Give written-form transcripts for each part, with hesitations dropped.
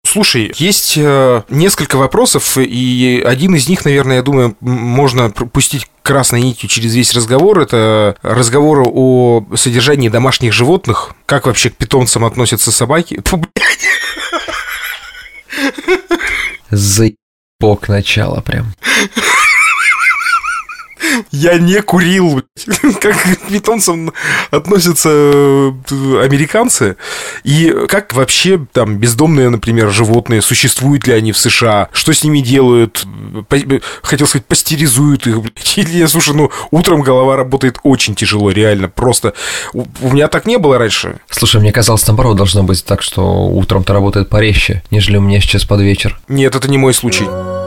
Слушай, есть несколько вопросов, и один из них, наверное, я думаю, можно пропустить красной нитью через весь разговор. Это разговор о содержании домашних животных. Как вообще к питомцам относятся собаки? Заебок начало прям. Я не курил. Как к питомцам относятся американцы? И как вообще там бездомные, например, животные, существуют ли они в США? Что с ними делают? Хотел сказать, пастеризуют их. Или, слушай, утром голова работает очень тяжело, реально. Просто у меня так не было раньше. Слушай, мне казалось, наоборот, должно быть так, что утром-то работает порезче, нежели у меня сейчас под вечер. Нет, это не мой случай.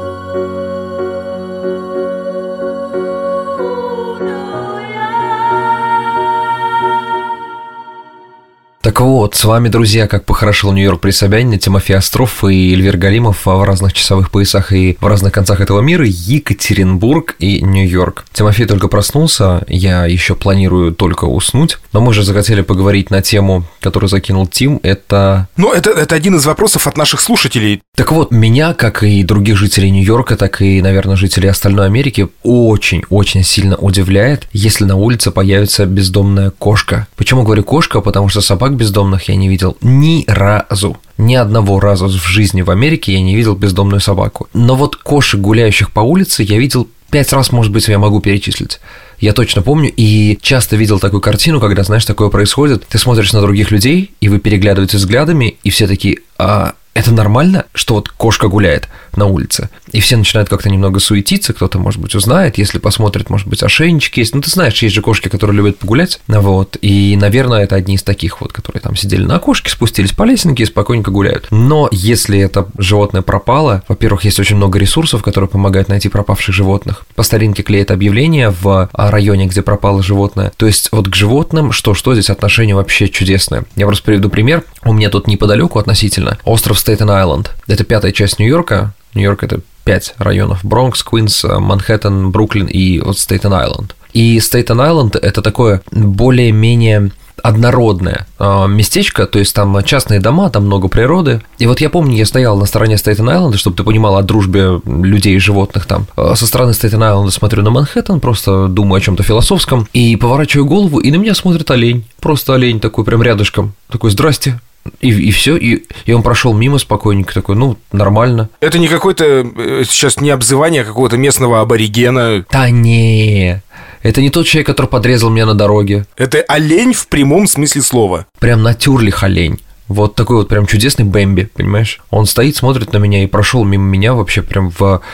Так вот, с вами, друзья, как похорошел Нью-Йорк при Собянине, Тимофей Остров и Эльвир Галимов в разных часовых поясах и в разных концах этого мира, Екатеринбург и Нью-Йорк. Тимофей только проснулся, я еще планирую только уснуть, но мы же захотели поговорить на тему, которую закинул Тим, это... Это один из вопросов от наших слушателей. Так вот, меня, как и других жителей Нью-Йорка, так и, наверное, жителей остальной Америки, очень-очень сильно удивляет, если на улице появится бездомная кошка. Почему говорю кошка? Потому что собак бездомных я не видел ни разу. Ни одного раза в жизни в Америке я не видел бездомную собаку. Но вот кошек, гуляющих по улице, я видел 5 раз, может быть, я могу перечислить. Я точно помню и часто видел такую картину, когда, знаешь, такое происходит. Ты смотришь на других людей, и вы переглядываетесь взглядами, и все такие... Это нормально, что вот кошка гуляет на улице? И все начинают как-то немного суетиться, кто-то, может быть, узнает, если посмотрит, может быть, ошейнички есть. Ты знаешь, есть же кошки, которые любят погулять, вот, и, наверное, это одни из таких вот, которые там сидели на окошке, спустились по лесенке и спокойненько гуляют. Но если это животное пропало, во-первых, есть очень много ресурсов, которые помогают найти пропавших животных. По старинке клеят объявление в районе, где пропало животное. То есть вот к животным, что здесь отношение вообще чудесное. Я просто приведу пример. У меня тут неподалеку относительно остров Стейтен-Айленд. Это 5-я часть Нью-Йорка. Нью-Йорк – это 5 районов: Бронкс, Квинс, Манхэттен, Бруклин и вот Стейтен-Айленд. И Стейтен-Айленд – это такое более-менее однородное местечко, то есть там частные дома, там много природы. И вот я помню, я стоял на стороне Стейтен-Айленда, чтобы ты понимал о дружбе людей и животных там. Со стороны Стейтен-Айленда смотрю на Манхэттен, просто думаю о чем-то философском, и поворачиваю голову, и на меня смотрит олень. Просто олень такой прям рядышком. Такой: «Здрасте». И все, и он прошел мимо спокойненько, такой: нормально. Это не какое-то сейчас не обзывание какого-то местного аборигена. Да не, это не тот человек, который подрезал меня на дороге. Это олень в прямом смысле слова. Прям натюрлих олень. Вот такой вот прям чудесный Бэмби, понимаешь? Он стоит, смотрит на меня и прошел мимо меня вообще прям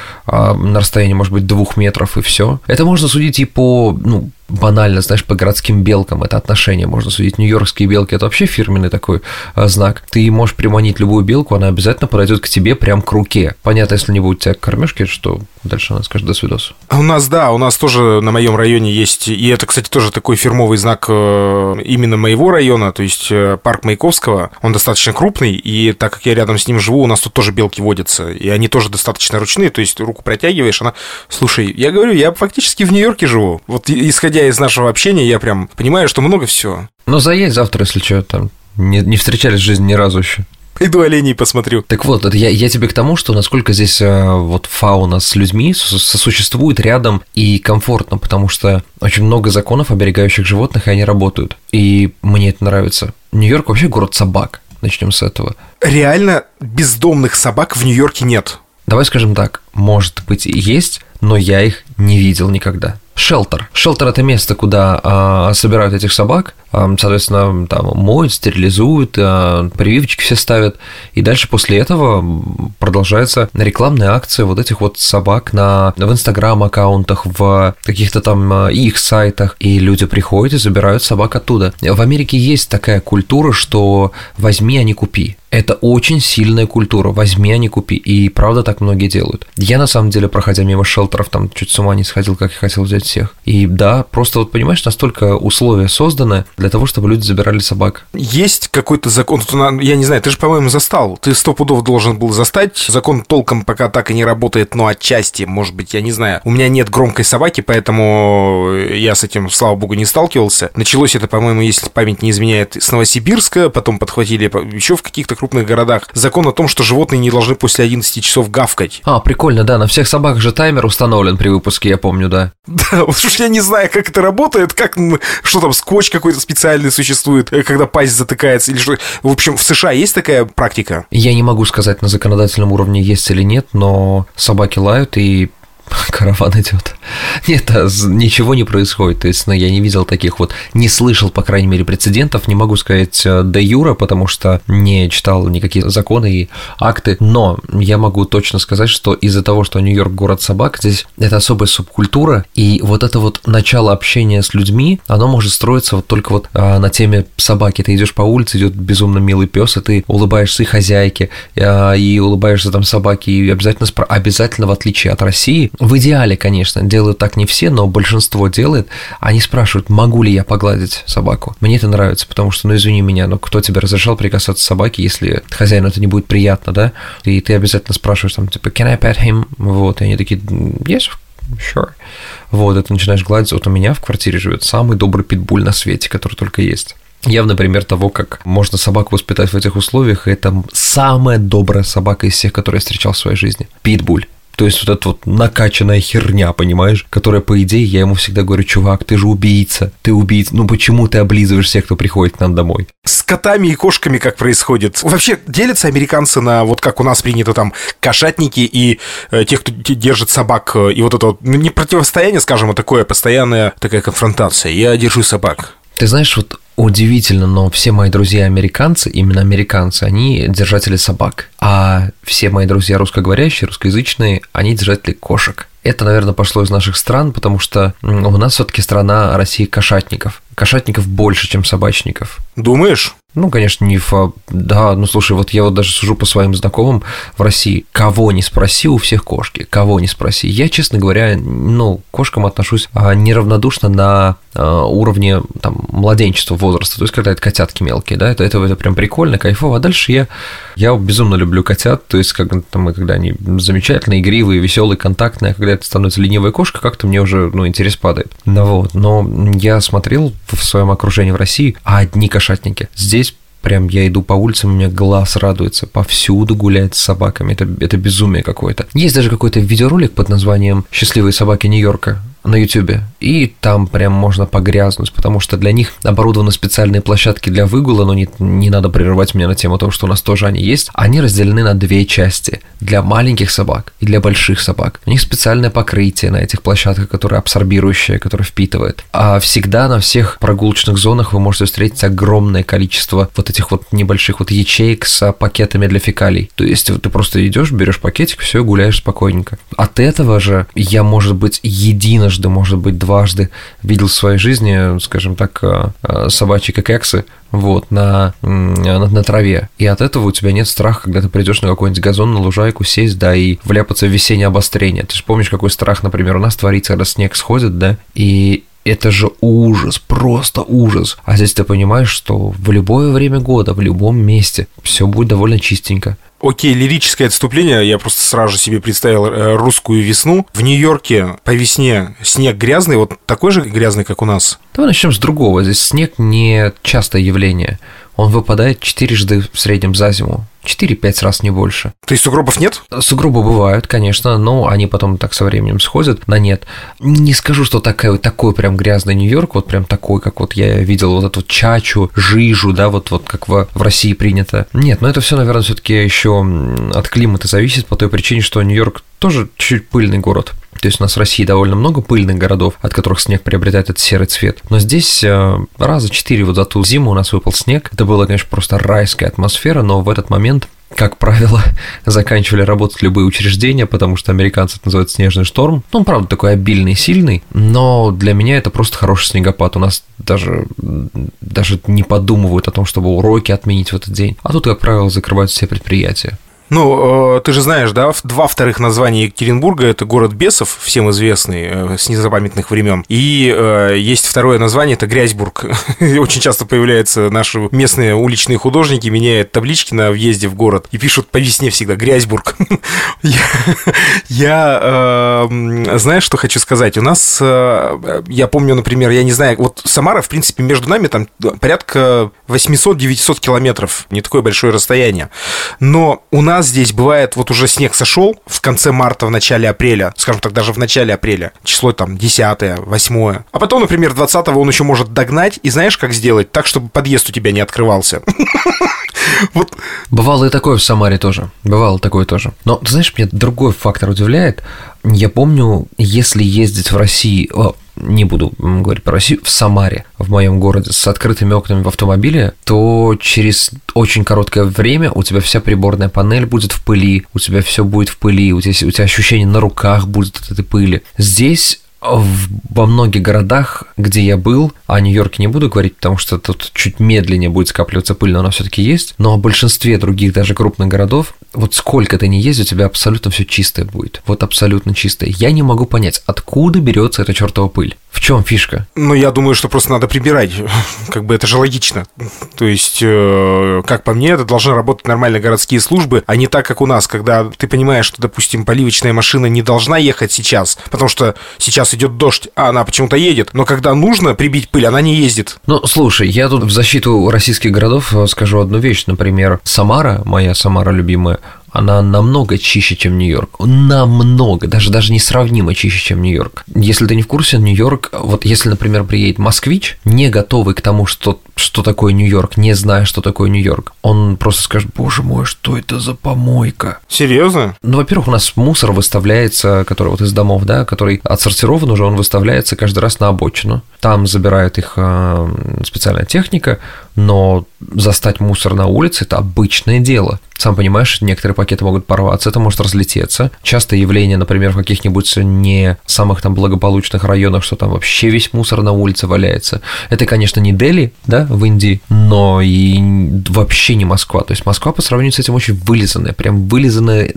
на расстоянии, может быть, 2 метров, и все. Это можно судить и по, банально, знаешь, по городским белкам это отношение можно судить. Нью-Йоркские белки – это вообще фирменный такой знак. Ты можешь приманить любую белку, она обязательно подойдет к тебе прям к руке. Понятно, если не будет у тебя кормежки, что дальше она скажет: «До свидос». У нас тоже на моем районе есть, и это, кстати, тоже такой фирмовый знак именно моего района, то есть парк Маяковского. Он достаточно крупный, и так как я рядом с ним живу, у нас тут тоже белки водятся, и они тоже достаточно ручные, то есть руку протягиваешь, она... Слушай, я говорю, я фактически в Нью-Йорке живу. Вот исходя из нашего общения, я прям понимаю, что много всего. Заедь завтра, если что, там не встречались в жизни ни разу еще. Пойду оленей посмотрю. Так вот, это я тебе к тому, что насколько здесь вот фауна с людьми сосуществует рядом и комфортно, потому что очень много законов, оберегающих животных, и они работают. И мне это нравится. Нью-Йорк вообще город собак. Начнем с этого. Реально бездомных собак в Нью-Йорке нет. Давай скажем так, может быть и есть, но я их не видел никогда. Шелтер. Шелтер – это место, куда собирают этих собак, соответственно, там моют, стерилизуют, прививочки все ставят, и дальше после этого продолжается рекламная акция вот этих вот собак в Инстаграм-аккаунтах, в каких-то там их сайтах, и люди приходят и забирают собак оттуда. В Америке есть такая культура, что возьми, а не купи. Это очень сильная культура. Возьми, а не купи. И правда так многие делают. Я, на самом деле, проходя мимо шелтеров, там чуть с ума сама не сходил, как я хотел взять всех. И да, просто вот понимаешь, настолько условия созданы для того, чтобы люди забирали собак. Есть какой-то закон, я не знаю, ты же, по-моему, застал. Ты 100% должен был застать. Закон толком пока так и не работает, но отчасти, может быть, я не знаю. У меня нет громкой собаки, поэтому я с этим, слава богу, не сталкивался. Началось это, по-моему, если память не изменяет, с Новосибирска, потом подхватили еще в каких-то крупных городах. Закон о том, что животные не должны после 11 часов гавкать. Прикольно, да, на всех собаках же таймер установлен при выпуске, я помню, да. Да, вот уж я не знаю, как это работает, что там, скотч какой-то специальный существует, когда пасть затыкается, или что. В общем, в США есть такая практика? Я не могу сказать, на законодательном уровне есть или нет, но собаки лают, и караван идет. Нет, ничего не происходит. То есть, я не видел таких не слышал, по крайней мере, прецедентов. Не могу сказать де юре, потому что не читал никакие законы и акты. Но я могу точно сказать, что из-за того, что Нью-Йорк город собак, здесь это особая субкультура, и это начало общения с людьми, оно может строиться только на теме собаки. Ты идешь по улице, идет безумно милый пес, и ты улыбаешься и хозяйке, и улыбаешься там собаке, и обязательно, в отличие от России, в идеале, конечно, делают так не все, но большинство делает. Они спрашивают, могу ли я погладить собаку. Мне это нравится, потому что, извини меня, но кто тебе разрешал прикасаться к собаке, если хозяину это не будет приятно, да? И ты обязательно спрашиваешь там, can I pet him? И они такие, yes, sure. И ты начинаешь гладить. У меня в квартире живет самый добрый питбуль на свете, который только есть. Явно пример того, как можно собаку воспитать в этих условиях, и это самая добрая собака из всех, которые я встречал в своей жизни. Питбуль. То есть эта накачанная херня, понимаешь, которая, по идее, я ему всегда говорю, чувак, ты же убийца, почему ты облизываешь всех, кто приходит к нам домой? С котами и кошками как происходит? Вообще делятся американцы на, как у нас принято, там, кошатники и тех, кто держит собак, и это не противостояние, скажем, а такое постоянная такая конфронтация. Я держу собак. Ты знаешь, удивительно, но все мои друзья американцы, именно американцы, они держатели собак, а все мои друзья русскоговорящие, русскоязычные, они держатели кошек. Это, наверное, пошло из наших стран, потому что у нас все-таки страна России кошатников. Кошатников больше, чем собачников. Думаешь? Конечно, да, слушай, я даже сужу по своим знакомым в России. Кого не спроси, у всех кошки. Кого не спроси. Я, честно говоря, к кошкам отношусь неравнодушно на уровне младенчества, возраста. То есть, когда это котятки мелкие, да, это прям прикольно, кайфово. А дальше я безумно люблю котят. То есть, когда они замечательные, игривые, веселые, контактные, а когда это становится ленивая кошка, как-то мне уже, интерес падает. Но я смотрел в своем окружении в России, одни кошатники. Здесь прям я иду по улицам, у меня глаз радуется, повсюду гуляет с собаками, это безумие какое-то. Есть даже какой-то видеоролик под названием «Счастливые собаки Нью-Йорка» на Ютубе, и там прям можно погрязнуть, потому что для них оборудованы специальные площадки для выгула, но не надо прерывать меня на тему того, что у нас тоже они есть. Они разделены на две части, для маленьких собак и для больших собак. У них специальное покрытие на этих площадках, которое абсорбирующее, которое впитывает. А всегда на всех прогулочных зонах вы можете встретить огромное количество этих небольших ячеек с пакетами для фекалий. То есть ты просто идешь, берешь пакетик, все, гуляешь спокойненько. От этого же я, может быть, единожды, может быть, дважды видел в своей жизни, скажем так, собачьи кексы на траве. И от этого у тебя нет страха, когда ты придешь на какой-нибудь газон, на лужайку, сесть, да, и вляпаться в весеннее обострение. Ты же помнишь, какой страх, например, у нас творится, когда снег сходит, да, и это же ужас, просто ужас. А здесь ты понимаешь, что в любое время года, в любом месте все будет довольно чистенько. Окей, лирическое отступление. Я просто сразу же себе представил русскую весну. В Нью-Йорке по весне снег грязный, такой же грязный, как у нас? Давай начнем с другого. Здесь снег не частое явление. Он выпадает 4 в среднем за зиму. 4-5 раз, не больше. То есть сугробов нет? Сугробы бывают, конечно, но они потом так со временем сходят на нет. Не скажу, что такой прям грязный Нью-Йорк, прям такой, как я видел эту чачу, жижу, да, как в России принято. Нет, но это все, наверное, все-таки еще от климата зависит по той причине, что Нью-Йорк тоже чуть-чуть пыльный город. То есть у нас в России довольно много пыльных городов, от которых снег приобретает этот серый цвет. Но здесь раза 4 за ту зиму у нас выпал снег. Это была, конечно, просто райская атмосфера, но в этот момент, как правило, заканчивали работать любые учреждения, потому что американцы это называют снежный шторм. Он, правда, такой обильный, сильный, но для меня это просто хороший снегопад. У нас даже не подумывают о том, чтобы уроки отменить в этот день. А тут, как правило, закрывают все предприятия. Ну, ты же знаешь, да, два вторых названия Екатеринбурга – это город бесов, всем известный, с незапамятных времен. И есть второе название – это Грязьбург. Очень часто появляются наши местные уличные художники, меняют таблички на въезде в город и пишут по весне всегда «Грязьбург». Я знаешь, что хочу сказать? У нас, я помню, например, я не знаю, вот Самара, в принципе, между нами там порядка 800-900 километров, не такое большое расстояние. Но у нас здесь бывает, вот уже снег сошел в конце марта, в начале апреля, скажем так, даже в начале апреля, число там 10-е, 8-е. А потом, например, 20-го он еще может догнать, и знаешь, как сделать? Так, чтобы подъезд у тебя не открывался. Вот. Бывало и такое в Самаре тоже. Бывало такое тоже. Но, ты знаешь, меня другой фактор удивляет. Я помню, если ездить в России... не буду говорить про Россию, в Самаре, в моем городе, с открытыми окнами в автомобиле, то через очень короткое время у тебя вся приборная панель будет в пыли, у тебя все будет в пыли, у тебя ощущение на руках будет от этой пыли. Здесь во многих городах, где я был, о Нью-Йорке не буду говорить, потому что тут чуть медленнее будет скапливаться пыль, но она все-таки есть, но о большинстве других, даже крупных городов, вот сколько ты ни ездишь, у тебя абсолютно все чистое будет, вот абсолютно чистое. Я не могу понять, откуда берется эта чертова пыль, в чем фишка? Ну, я думаю, что просто надо прибирать, как бы это же логично, то есть, как по мне, это должны работать нормально городские службы, а не так, как у нас, когда ты понимаешь, что, допустим, поливочная машина не должна ехать сейчас, потому что сейчас идет дождь, а она почему-то едет, но когда нужно прибить пыль, она не ездит. Ну, слушай, я тут в защиту российских городов скажу одну вещь, например, Самара, моя Самара любимая, она намного чище, чем Нью-Йорк. Намного, даже несравнимо чище, чем Нью-Йорк. Если ты не в курсе, Нью-Йорк, вот если, например, приедет москвич, не готовый к тому, что такое Нью-Йорк, не зная, что такое Нью-Йорк, он просто скажет: боже мой, что это за помойка? Серьезно? Ну, во-первых, у нас мусор выставляется, который вот из домов, да, который отсортирован уже, он выставляется каждый раз на обочину. Там забирают их специальная техника, но застать мусор на улице – это обычное дело. Сам понимаешь, некоторые пакеты могут порваться, это может разлететься. Частое явление, например, в каких-нибудь не самых там благополучных районах, что там вообще весь мусор на улице валяется. Это, конечно, не Дели, да, в Индии, но и вообще не Москва. То есть Москва по сравнению с этим очень вылизанная, прям вылизанная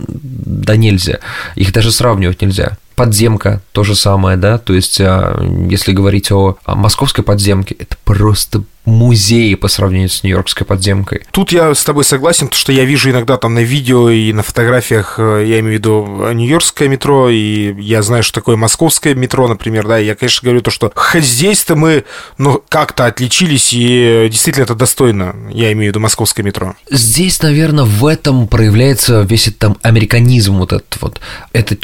да нельзя. Их даже сравнивать нельзя. Подземка – то же самое, да, то есть если говорить о московской подземке, это просто музеи по сравнению с нью-йоркской подземкой. Тут я с тобой согласен, потому что я вижу иногда там на видео и на фотографиях, я имею в виду нью-йоркское метро, и я знаю, что такое московское метро, например, да, и я, конечно, говорю то, что хоть здесь-то мы, ну, как-то отличились, и действительно это достойно, я имею в виду московское метро. Здесь, наверное, в этом проявляется весь этот там американизм вот этот вот. Это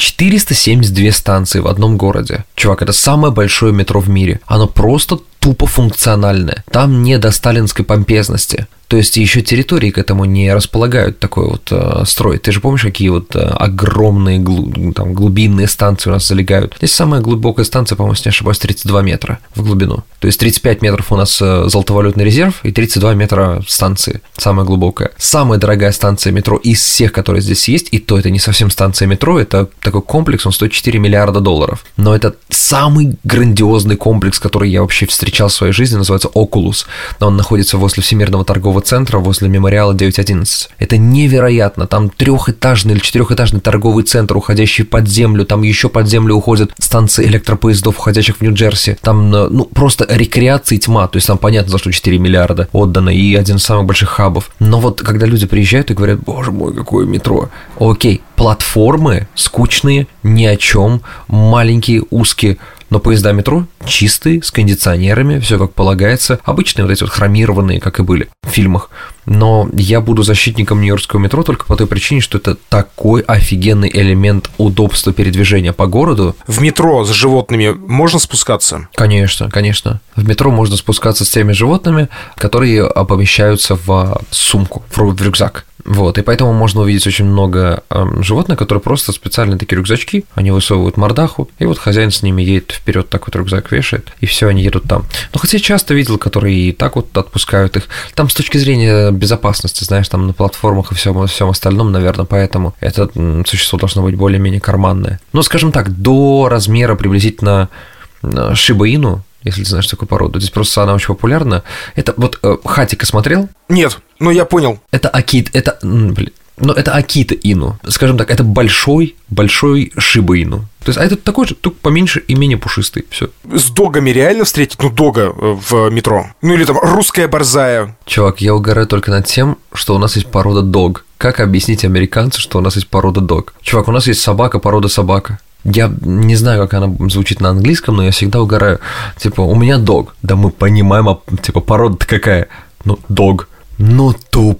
472 станции в одном городе. Чувак, это самое большое метро в мире. Оно просто тупо функциональное. Там не до сталинской помпезности. То есть еще территории к этому не располагают такой вот строй. Ты же помнишь, какие вот огромные там, глубинные станции у нас залегают? Здесь самая глубокая станция, по-моему, если не ошибаюсь, 32 метра в глубину. То есть 35 метров у нас золотовалютный резерв и 32 метра станции, самая глубокая. Самая дорогая станция метро из всех, которые здесь есть, и то это не совсем станция метро, это такой комплекс, он стоит $4 миллиарда. Но это самый грандиозный комплекс, который я вообще встречал в своей жизни, называется Oculus. Он находится возле Всемирного торгового центра, возле мемориала 911. Это невероятно. Там 3-этажный или 4-этажный торговый центр, уходящий под землю. Там еще под землю уходят станции электропоездов, уходящих в Нью-Джерси. Там, ну, просто рекреация и тьма. То есть там понятно, за что 4 миллиарда отдано, и один из самых больших хабов. Но вот когда люди приезжают и говорят: боже мой, какое метро. Окей, платформы скучные, ни о чем, маленькие, узкие. Но поезда метро чистые, с кондиционерами, все как полагается. Обычные вот эти вот хромированные, как и были в фильмах. Но я буду защитником нью-йоркского метро только по той причине, что это такой офигенный элемент удобства передвижения по городу. В метро с животными можно спускаться? Конечно, конечно. В метро можно спускаться с теми животными, которые помещаются в сумку, в рюкзак. Вот, и поэтому можно увидеть очень много животных, которые просто специальные такие рюкзачки, они высовывают мордаху, и вот хозяин с ними едет вперед, так вот рюкзак вешает, и все, они едут там. Но хотя я часто видел, которые и так вот отпускают их. Там с точки зрения безопасности, знаешь, там на платформах и всем остальном, наверное, поэтому это существо должно быть более-менее карманное. Но, скажем так, до размера приблизительно Шиба Ину, если ты знаешь такую породу. Здесь просто она очень популярна. Это вот Хатико смотрел? Нет, но я понял. Это Акит, это... Но это Акита Ину. Скажем так, это большой Шиба Ину. То есть, а этот такой же, только поменьше и менее пушистый. Все. С догами реально встретить? Ну, дога в метро. Ну, или там русская борзая. Чувак, я угораю только над тем, что у нас есть порода дог. Как объяснить американцу, что у нас есть порода дог? Чувак, у нас есть собака, порода собака. Я не знаю, как она звучит на английском, но я всегда угораю. Типа, у меня дог. Да мы понимаем, типа, порода-то какая? Ну, дог. Ну,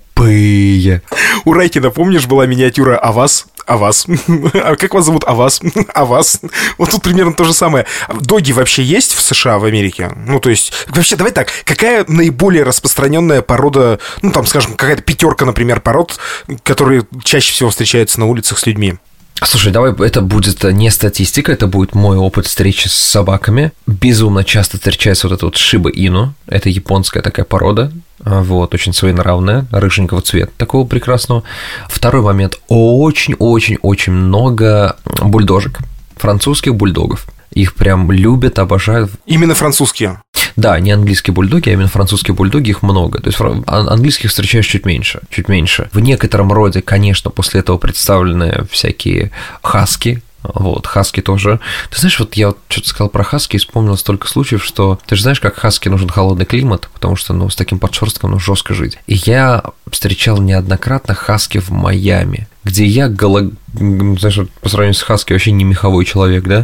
тупые. У Райкина, помнишь, была миниатюра «А вас?» А вас? А как вас зовут? А вас? А вас? Вот тут примерно то же самое. Доги вообще есть в США, в Америке? Ну, то есть, вообще, давай так, какая наиболее распространенная порода, ну, там, скажем, какая-то пятерка, например, пород, которые чаще всего встречаются на улицах с людьми? Слушай, давай, это будет не статистика, это будет мой опыт встречи с собаками. Безумно часто встречается вот эта вот Шиба Ину, это японская такая порода, вот, очень своенравная, рыженького цвета, такого прекрасного. Второй момент, очень-очень-очень много бульдожек, французских бульдогов. Их прям любят, обожают. Именно французские? Да, не английские бульдоги, а именно французские бульдоги, их много. То есть английских встречаешь чуть меньше. В некотором роде, конечно, после этого представлены всякие хаски. Вот, хаски тоже. Ты знаешь, вот я вот что-то сказал про хаски и вспомнил столько случаев, что ты же знаешь, как хаски нужен холодный климат, потому что, ну, с таким подшерстком, ну, жестко жить. И я встречал неоднократно хаски в Майами, где я, знаешь, по сравнению с хаски вообще не меховой человек, да,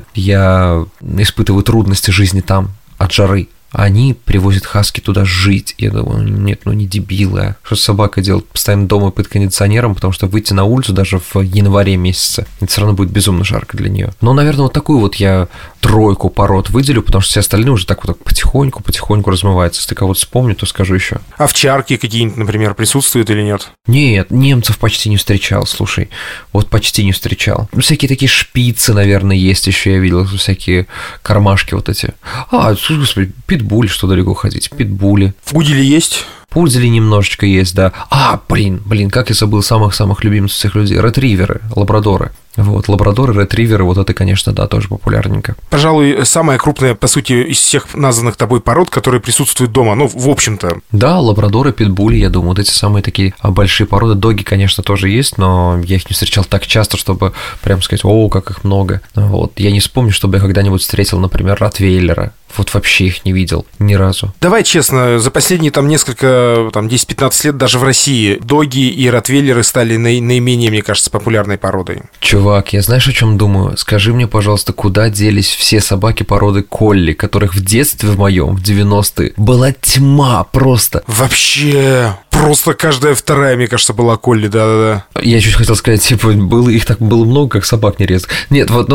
я испытываю трудности жизни там от жары. Они привозят хаски туда жить. Я думаю, нет, ну не дебилы, а что собака делает? Постоянно дома под кондиционером, потому что выйти на улицу даже в январе месяце, это все равно будет безумно жарко для нее. Но, наверное, вот такую вот я тройку пород выделю, потому что все остальные уже так вот потихоньку размываются. Если ты кого-то вспомню, то скажу еще. Овчарки какие-нибудь, например, присутствуют или нет? Нет, немцев почти не встречал, слушай. Вот почти не встречал. Ну, всякие такие шпицы, наверное, есть еще, я видел, всякие кармашки вот эти. Господи, питбуль, что далеко ходить, питбули. Пудели есть? Пудели немножечко есть, да. Блин, как я забыл самых любимых всех людей. Ретриверы, лабрадоры. Вот, лабрадоры, ретриверы, вот это, конечно, да, тоже популярненько. Пожалуй, самая крупная, по сути, из всех названных тобой пород, которые присутствуют дома, ну, в общем-то. Да, лабрадоры, питбули, я думаю, вот эти самые такие большие породы. Доги, конечно, тоже есть, но я их не встречал так часто, чтобы прям сказать, как их много. Вот, я не вспомню, чтобы я когда-нибудь встретил, например, ротвейлера. Вот вообще их не видел ни разу. Давай честно, за последние там несколько, там 10-15 лет даже в России доги и ротвейлеры стали наименее, мне кажется, популярной породой. Чувак, я знаешь, о чем думаю? Скажи мне, пожалуйста, куда делись все собаки породы колли, которых в детстве в моем, в 90-е, была тьма просто. Вообще, просто каждая вторая, мне кажется, была колли, да-да-да. Я чуть хотел сказать, типа, их так было много, как собак нерезок. Нет, вот,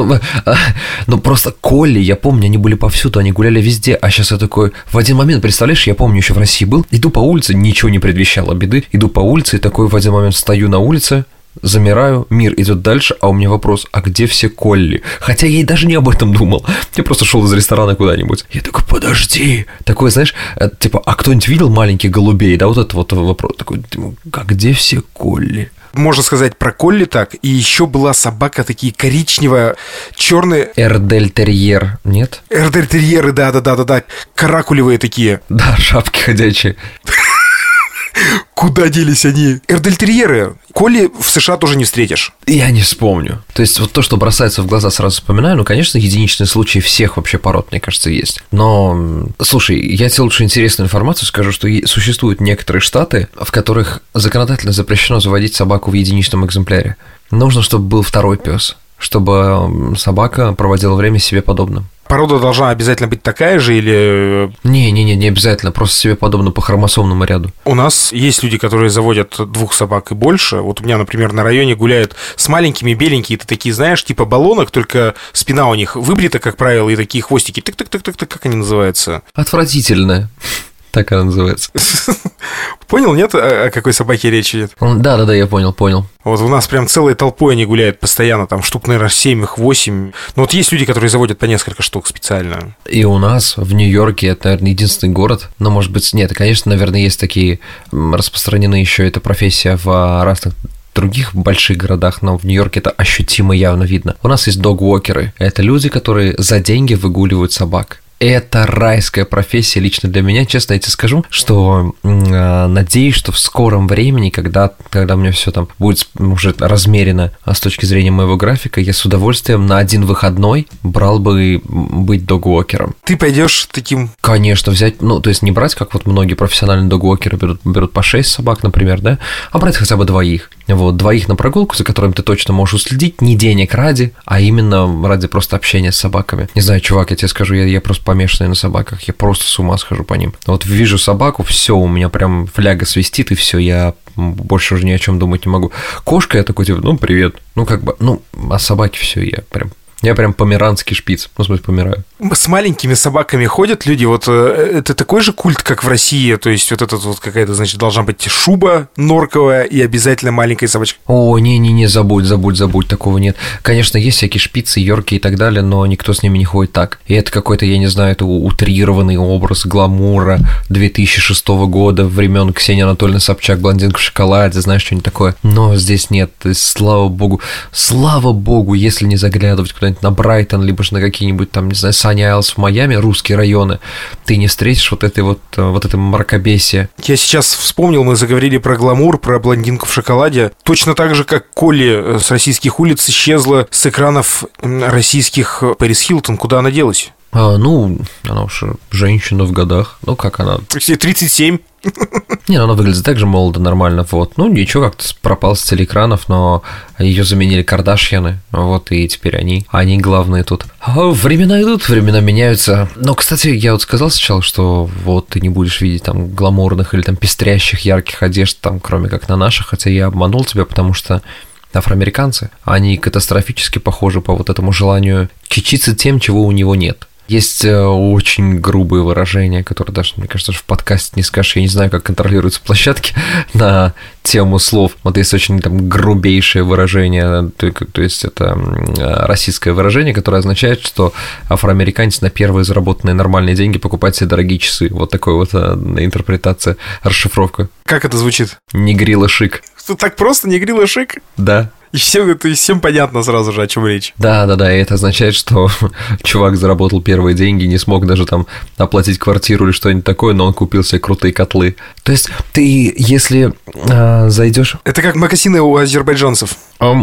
ну просто колли, я помню, они были повсюду, они гуляли везде, а сейчас я такой, в один момент, представляешь, я помню, еще в России был, иду по улице, ничего не предвещало беды, иду по улице и такой в один момент стою на улице, замираю, мир идет дальше, а у меня вопрос, а где все колли? Хотя я и даже не об этом думал. Я просто шел из ресторана куда-нибудь. Я такой, подожди. Такой, знаешь, типа, а кто-нибудь видел маленьких голубей? Да, вот это вот вопрос. Такой, а где все колли? Можно сказать про колли так. И еще была собака такие коричневая, черные. Эрдельтерьер, нет? Эрдельтерьеры, да. Каракулевые такие. Да, шапки ходячие. Куда делись они? Эрдельтерьеры. Колли в США тоже не встретишь. Я не вспомню. То есть вот то, что бросается в глаза, сразу вспоминаю. Ну, конечно, единичные случаи всех вообще пород, мне кажется, есть. Но, слушай, я тебе лучше интересную информацию скажу, что существуют некоторые штаты, в которых законодательно запрещено заводить собаку в единичном экземпляре. Нужно, чтобы был второй пес, чтобы собака проводила время себе подобным. Порода должна обязательно быть такая же или... Не обязательно, просто себе подобно по хромосомному ряду. У нас есть люди, которые заводят 2 собак и больше. Вот у меня, например, на районе гуляют с маленькими беленькие, это такие, знаешь, типа баллонок, только спина у них выбрита, как правило, и такие хвостики. Тык-тык-тык-тык, как они называются? Отвратительно. Так она называется. Понял, нет, о какой собаке речь идет? Да, я понял. Вот у нас прям целой толпой они гуляют постоянно, там штук, наверное, 7, их 8. Но вот есть люди, которые заводят по несколько штук специально. И у нас в Нью-Йорке это, наверное, единственный город, но, может быть, нет, конечно, наверное, есть такие распространены еще эта профессия в разных других больших городах, но в Нью-Йорке это ощутимо явно видно. У нас есть дог-уокеры. Это люди, которые за деньги выгуливают собак. это райская профессия лично для меня. Честно, я тебе скажу, что надеюсь, что в скором времени, когда у меня все там будет уже размерено с точки зрения моего графика, я с удовольствием на один выходной брал бы быть догвокером. Ты пойдешь таким... Конечно, взять, то есть не брать, как вот многие профессиональные догвокеры берут по 6 собак, например, да, а брать хотя бы 2. Вот, 2 на прогулку, за которыми ты точно можешь уследить, не денег ради, а именно ради просто общения с собаками. Не знаю, чувак, я тебе скажу, я просто помешанный на собаках, я просто с ума схожу по ним. Вот вижу собаку, все, у меня прям фляга свистит, и все, я больше уже ни о чем думать не могу. Кошка, я такой, типа, привет, а собаки все, я прям померанский шпиц, в смысле, помираю. С маленькими собаками ходят люди, вот это такой же культ, как в России, то есть вот этот вот какая-то, значит, должна быть шуба норковая и обязательно маленькая собачка. О, не, забудь, такого нет. Конечно, есть всякие шпицы, йорки и так далее, но никто с ними не ходит так. И это какой-то, я не знаю, это утрированный образ гламура 2006 года, времен Ксении Анатольевны Собчак, блондинка в шоколаде, знаешь, что-нибудь такое. Но здесь нет, то есть, слава богу, если не заглядывать куда-нибудь на Брайтон, либо же на какие-нибудь там, не знаю, Санни Айлс в Майами, русские районы, ты не встретишь вот это мракобесие. Я сейчас вспомнил, мы заговорили про гламур, про блондинку в шоколаде. Точно так же, как Колли с российских улиц исчезла с экранов российских Пэрис Хилтон. Куда она делась? Она уж женщина в годах. Как она? 37. Не, она выглядит так же молодо, нормально, вот. Ничего, как-то пропал с телеэкранов, но ее заменили Кардашьяны, вот, и теперь они главные тут. Времена идут, времена меняются. Но, кстати, я вот сказал сначала, что вот ты не будешь видеть там гламурных или там пестрящих, ярких одежд, там, кроме как на наших, хотя я обманул тебя, потому что афроамериканцы, они катастрофически похожи по вот этому желанию кичиться тем, чего у него нет. Есть очень грубые выражения, которые даже, мне кажется, в подкасте не скажешь. Я не знаю, как контролируются площадки на тему слов. Вот есть очень там грубейшее выражение, то есть это российское выражение, которое означает, что афроамериканец на первые заработанные нормальные деньги покупает себе дорогие часы. Вот такой вот интерпретация, расшифровка. Как это звучит? Негрила шик. Что, так просто негрила шик? Да. И всем понятно сразу же, о чем речь. Да, и это означает, что чувак заработал первые деньги, не смог даже там оплатить квартиру или что-нибудь такое, но он купил себе крутые котлы. То есть ты, если зайдешь... Это как мокасины у азербайджанцев.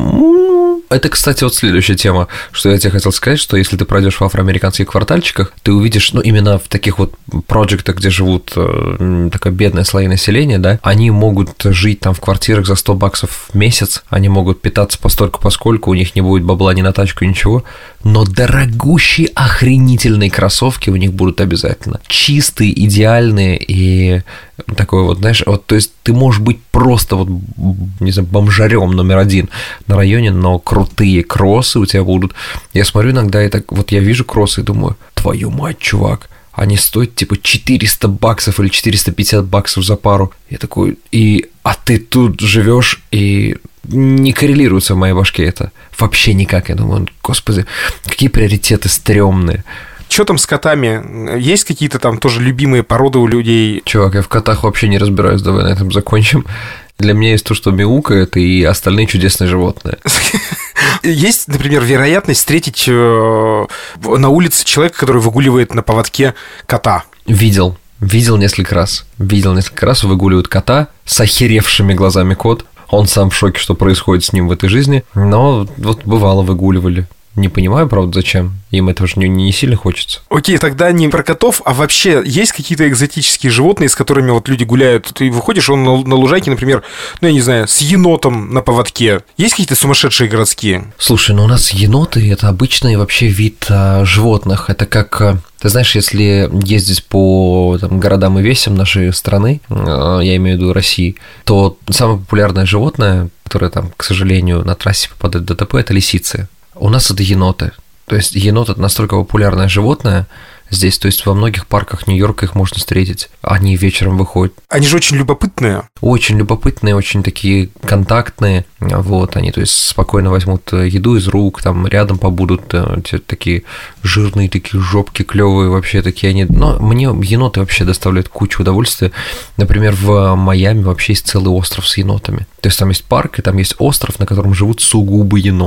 Это, кстати, вот следующая тема, что я тебе хотел сказать, что если ты пройдешь в афроамериканских квартальчиках, ты увидишь, именно в таких вот проектах, где живут такая бедная слои населения, да, они могут жить там в квартирах за $100 в месяц, они могут питаться поскольку у них не будет бабла ни на тачку, ничего, но дорогущие, охренительные кроссовки у них будут обязательно. Чистые, идеальные и такой вот, знаешь, вот, то есть ты можешь быть просто вот, не знаю, бомжарем номер 1 на районе, но крутые кроссы у тебя будут. Я смотрю иногда, и так вот я вижу кроссы и думаю, твою мать, чувак, они стоят типа $400 или $450 за пару. Я такой, а ты тут живешь, и не коррелируется в моей башке это. Вообще никак. Я думаю, господи, какие приоритеты стрёмные. Что там с котами? Есть какие-то там тоже любимые породы у людей? Чувак, я в котах вообще не разбираюсь, давай на этом закончим. Для меня есть то, что мяукает, и остальные чудесные животные. Есть, например, вероятность встретить на улице человека, который выгуливает на поводке кота? Видел несколько раз. Выгуливают кота с охеревшими глазами кот. Он сам в шоке, что происходит с ним в этой жизни. Но вот бывало выгуливали. Не понимаю, правда, зачем. Им этого же не сильно хочется. Окей, тогда не про котов, а вообще есть какие-то экзотические животные, с которыми вот люди гуляют? Ты выходишь, он на лужайке, например, я не знаю, с енотом на поводке. Есть какие-то сумасшедшие городские? Слушай, у нас еноты – это обычный вообще вид животных. Это как... Ты знаешь, если ездить по городам и весям нашей страны, я имею в виду России, то самое популярное животное, которое там, к сожалению, на трассе попадает в ДТП, это лисицы. У нас это еноты. То есть енот – это настолько популярное животное здесь, то есть во многих парках Нью-Йорка их можно встретить. Они вечером выходят. Они же очень любопытные. Очень любопытные, очень такие контактные. Вот, они, то есть, спокойно возьмут еду из рук, там рядом побудут, такие жирные, такие жопки клевые вообще такие они. Но мне еноты вообще доставляют кучу удовольствия. Например, в Майами вообще есть целый остров с енотами. То есть там есть парк, и там есть остров, на котором живут сугубо еноты.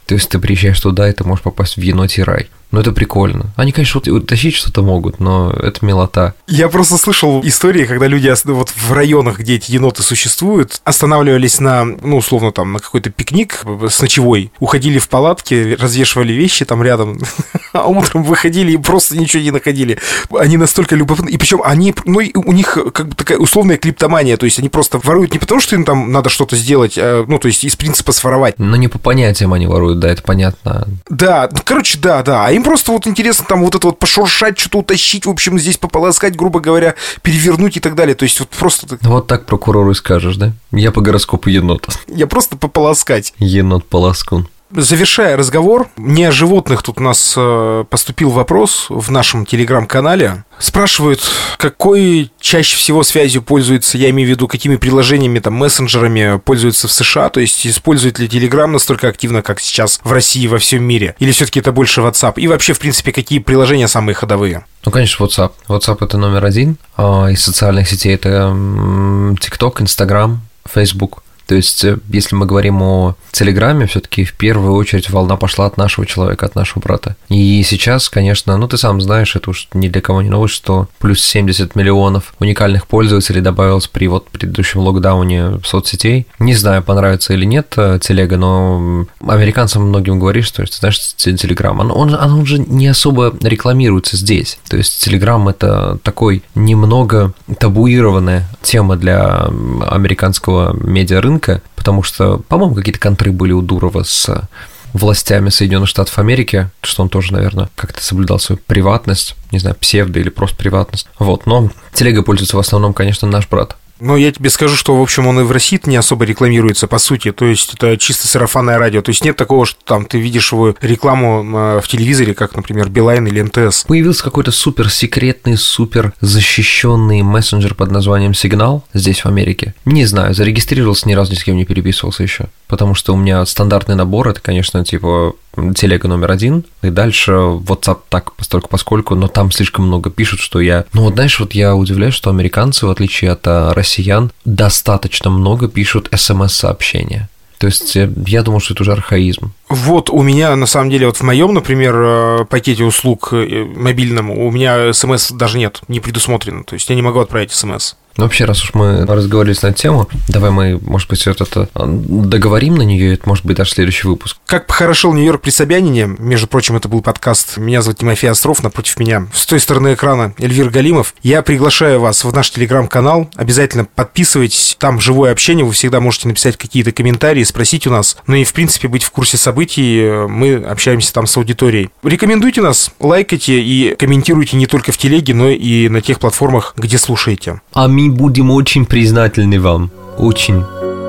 То есть ты приезжаешь туда, и ты можешь попасть в енотий рай. Ну, это прикольно. Они, конечно, утащить что-то могут, но это милота. Я просто слышал истории, когда люди вот в районах, где эти еноты существуют, останавливались на, ну, условно, там, на какой-то пикник с ночевой, уходили в палатки, развешивали вещи там рядом, а утром выходили и просто ничего не находили. Они настолько любопытны. И причем они, ну, у них как бы такая условная клиптомания, то есть они просто воруют не потому, что им там надо что-то сделать, ну, то есть из принципа своровать. Но не по понятиям они воруют, да, это понятно. Да, короче, да. А им просто вот интересно там вот это вот пошуршать, что-то утащить, в общем, здесь пополоскать, грубо говоря, перевернуть и так далее. То есть вот просто... Вот так прокурору и скажешь, да? Я по гороскопу енота. Я просто пополоскать. Енот-полоскун. Завершая разговор, не о животных, тут у нас поступил вопрос в нашем телеграм-канале. Спрашивают, какой чаще всего связью пользуется, я имею в виду, какими приложениями, там, мессенджерами пользуются в США, то есть использует ли Телеграм настолько активно, как сейчас в России и во всем мире, или все-таки это больше WhatsApp, и вообще, в принципе, какие приложения самые ходовые? Ну, конечно, WhatsApp. WhatsApp — это номер один, из социальных сетей это TikTok, Instagram, Facebook. То есть, если мы говорим о Телеграме, все-таки в первую очередь волна пошла от нашего человека, от нашего брата. И сейчас, конечно, ну ты сам знаешь, это уж ни для кого не новость, что плюс 70 миллионов уникальных пользователей добавилось при вот предыдущем локдауне соцсетей. Не знаю, понравится или нет телега, но американцам многим говоришь, что, знаешь, Телеграм, он уже не особо рекламируется здесь. То есть Телеграм — это такой немного табуированная тема для американского медиарынка, потому что, по-моему, какие-то контры были у Дурова с властями Соединенных Штатов Америки, что он тоже, наверное, как-то соблюдал свою приватность, не знаю, псевдо или просто приватность. Вот, но телега пользуется в основном, конечно, наш брат. Но я тебе скажу, что, в общем, он и в России не особо рекламируется, по сути. То есть это чисто сарафанное радио. То есть нет такого, что там ты видишь его рекламу в телевизоре, как, например, Билайн или МТС. Появился какой-то суперсекретный, супер защищенный мессенджер под названием Сигнал здесь, в Америке. Не знаю, зарегистрировался, ни разу ни с кем не переписывался еще. Потому что у меня стандартный набор, это, конечно, типа телега номер один, и дальше WhatsApp так постольку-поскольку, но там слишком много пишут, что я... Ну вот знаешь, вот я удивляюсь, что американцы, в отличие от россиян, достаточно много пишут смс-сообщения. То есть я думал, что это уже архаизм. Вот у меня, на самом деле, вот в моем, например, пакете услуг мобильном у меня смс даже нет, не предусмотрено. То есть я не могу отправить смс. Ну, вообще, раз уж мы разговаривались на эту тему, давай мы, может быть, вот это договорим на нее, это может быть даже следующий выпуск. Как похорошел Нью-Йорк при Собянине, между прочим, это был подкаст, меня зовут Тимофей Остров, напротив меня, с той стороны экрана Эльвир Галимов. Я приглашаю вас в наш телеграм-канал, обязательно подписывайтесь, там живое общение, вы всегда можете написать какие-то комментарии, спросить у нас, ну и, в принципе, быть в курсе событий, мы общаемся там с аудиторией. Рекомендуйте нас, лайкайте и комментируйте не только в телеге, но и на тех платформах, где слушаете. Мы будем очень признательны вам. Очень.